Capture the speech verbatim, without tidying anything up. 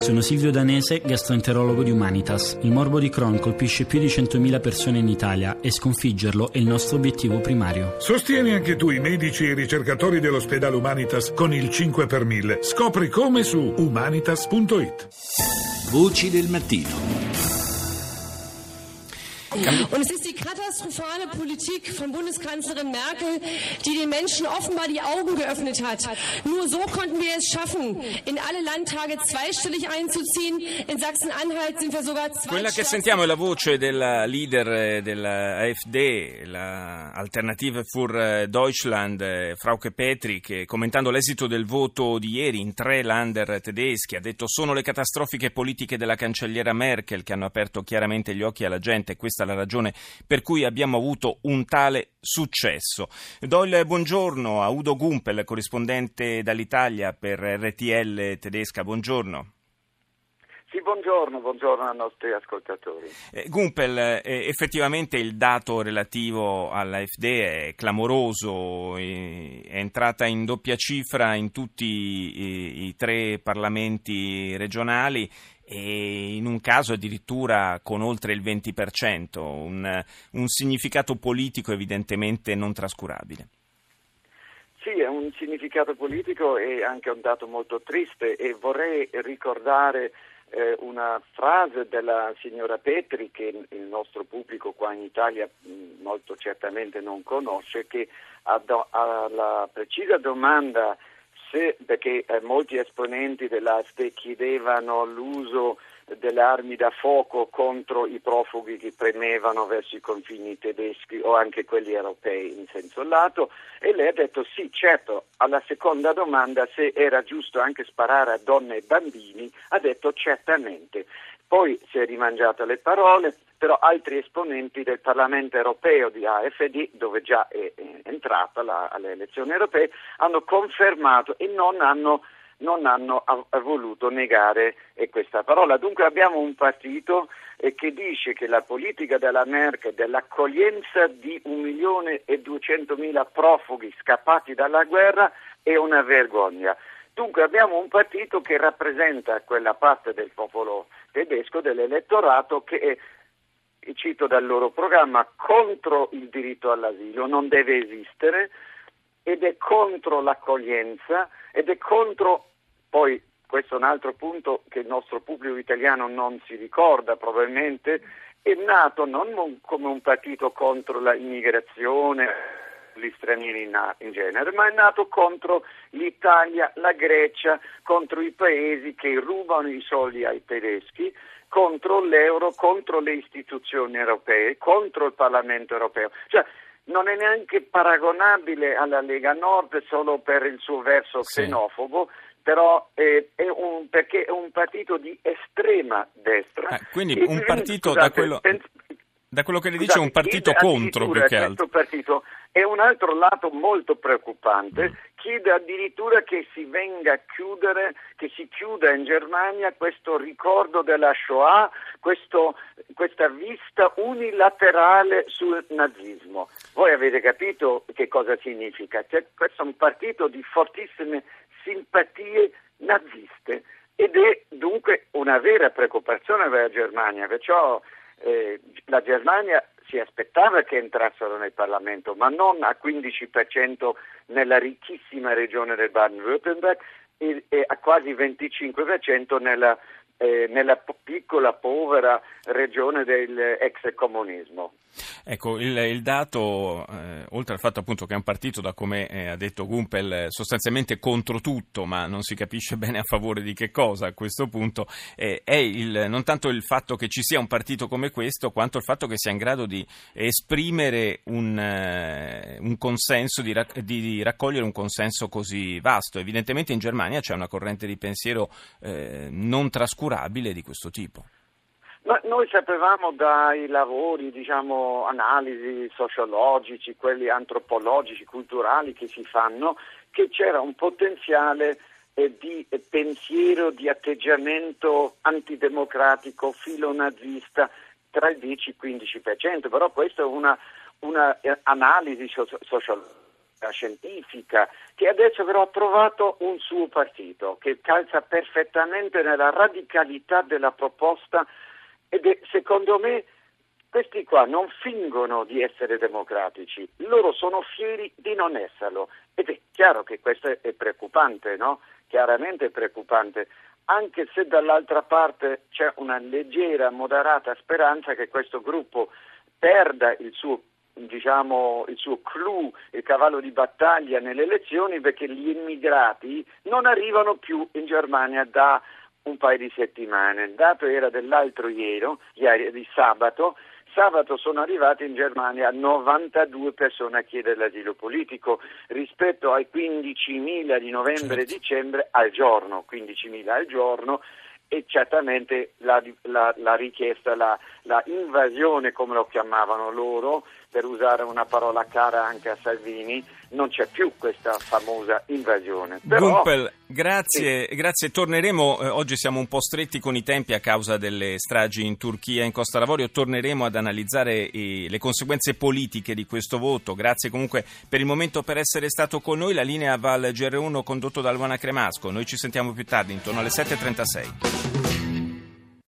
Sono Silvio Danese, gastroenterologo di Humanitas. Il morbo di Crohn colpisce più di centomila persone in Italia e sconfiggerlo è il nostro obiettivo primario. Sostieni anche tu i medici e i ricercatori dell'ospedale Humanitas con il cinque per mille. Scopri come su humanitas punto it. Voci del mattino. Und es ist die katastrophale Politik von Bundeskanzlerin Merkel, die den Menschen offenbar die Augen geöffnet hat. Nur so konnten wir es schaffen, in alle Landtage zweistellig einzuziehen. In Sachsen-Anhalt sind wir sogar zwei. Quella che sentiamo è la voce della leader dell'AfD, la Alternative für Deutschland, Frauke Petry, che commentando l'esito del voto di ieri in tre Länder tedeschi ha detto: sono le catastrofiche politiche della cancelliera Merkel che hanno aperto chiaramente gli occhi alla gente, e questa la ragione per cui abbiamo avuto un tale successo. Do il buongiorno a Udo Gumpel, corrispondente dall'Italia per R T L tedesca. Buongiorno. Sì, buongiorno, buongiorno ai nostri ascoltatori. Eh, Gumpel, eh, effettivamente il dato relativo all'AfD è clamoroso, eh, è entrata in doppia cifra in tutti i, i tre parlamenti regionali e in un caso addirittura con oltre il venti per cento, un, un significato politico evidentemente non trascurabile. Sì, è un significato politico e anche un dato molto triste, e vorrei ricordare eh, una frase della signora Petry che il nostro pubblico qua in Italia mh, molto certamente non conosce, che alla precisa domanda Se, perché eh, molti esponenti dell'AfD chiedevano l'uso delle armi da fuoco contro i profughi che premevano verso i confini tedeschi o anche quelli europei in senso lato, e lei ha detto sì, certo. Alla seconda domanda, se era giusto anche sparare a donne e bambini, ha detto certamente. Poi si è rimangiata le parole, però altri esponenti del Parlamento europeo di AfD, dove già è, è entrata la, alle elezioni europee, hanno confermato e non hanno, non hanno a, a voluto negare eh, questa parola. Dunque abbiamo un partito eh, che dice che la politica della Merkel dell'accoglienza di un milione e duecentomila profughi scappati dalla guerra è una vergogna. Dunque abbiamo un partito che rappresenta quella parte del popolo tedesco, dell'elettorato, che è, cito dal loro programma, contro il diritto all'asilo, non deve esistere, ed è contro l'accoglienza, ed è contro, poi questo è un altro punto che il nostro pubblico italiano non si ricorda probabilmente, è nato non come un partito contro la immigrazione, gli stranieri in, in genere, ma è nato contro l'Italia, la Grecia, contro i paesi che rubano i soldi ai tedeschi, contro l'euro, contro le istituzioni europee, contro il Parlamento europeo. Cioè, non è neanche paragonabile alla Lega Nord solo per il suo verso xenofobo, sì. Però eh, è un, perché è un partito di estrema destra. Ah, quindi e, un partito, scusate, da quello... pens- Da quello che le Scusate, dice è un partito contro più che altro. Questo partito è un altro lato molto preoccupante, mm. chiede addirittura che si venga a chiudere, che si chiuda in Germania questo ricordo della Shoah, questo, questa vista unilaterale sul nazismo. Voi avete capito che cosa significa? Cioè, questo è un partito di fortissime simpatie naziste ed è dunque una vera preoccupazione per la Germania, perciò Eh, la Germania si aspettava che entrassero nel Parlamento, ma non a quindici per cento nella ricchissima regione del Baden-Württemberg e, e a quasi venticinque per cento nella, eh, nella piccola, povera regione del ex comunismo. Ecco, il, il dato, eh, oltre al fatto appunto che è un partito, da come eh, ha detto Gumpel, sostanzialmente contro tutto, ma non si capisce bene a favore di che cosa a questo punto, eh, è il, non tanto il fatto che ci sia un partito come questo, quanto il fatto che sia in grado di esprimere un, eh, un consenso, di, di, di raccogliere un consenso così vasto. Evidentemente in Germania c'è una corrente di pensiero eh, non trascurabile di questo tipo. Ma noi sapevamo dai lavori, diciamo, analisi sociologici, quelli antropologici, culturali che si fanno, che c'era un potenziale eh, di pensiero, di atteggiamento antidemocratico, filonazista tra il dieci e il quindici per cento, però questa è una, una eh, analisi so- sociologica. scientifica, che adesso però ha trovato un suo partito che calza perfettamente nella radicalità della proposta ed è, secondo me, questi qua non fingono di essere democratici, loro sono fieri di non esserlo ed è chiaro che questo è preoccupante, no? Chiaramente è preoccupante, anche se dall'altra parte c'è una leggera, moderata speranza che questo gruppo perda il suo, diciamo, il suo clou, il cavallo di battaglia nelle elezioni, perché gli immigrati non arrivano più in Germania da un paio di settimane. Il dato era dell'altro ieri, ieri di sabato. Sabato sono arrivate in Germania novantadue persone a chiedere l'asilo politico rispetto ai quindicimila di novembre e certo. dicembre al giorno, quindicimila al giorno, e certamente la, la, la richiesta, la, la invasione, come lo chiamavano loro, per usare una parola cara anche a Salvini, non c'è più questa famosa invasione. Però, Gumpel, grazie, sì. grazie. Torneremo, eh, oggi siamo un po' stretti con i tempi a causa delle stragi in Turchia e in Costa d'Avorio, torneremo ad analizzare eh, le conseguenze politiche di questo voto. Grazie comunque per il momento per essere stato con noi. La linea va al G R uno condotto da Luana Cremasco. Noi ci sentiamo più tardi, intorno alle sette e trentasei.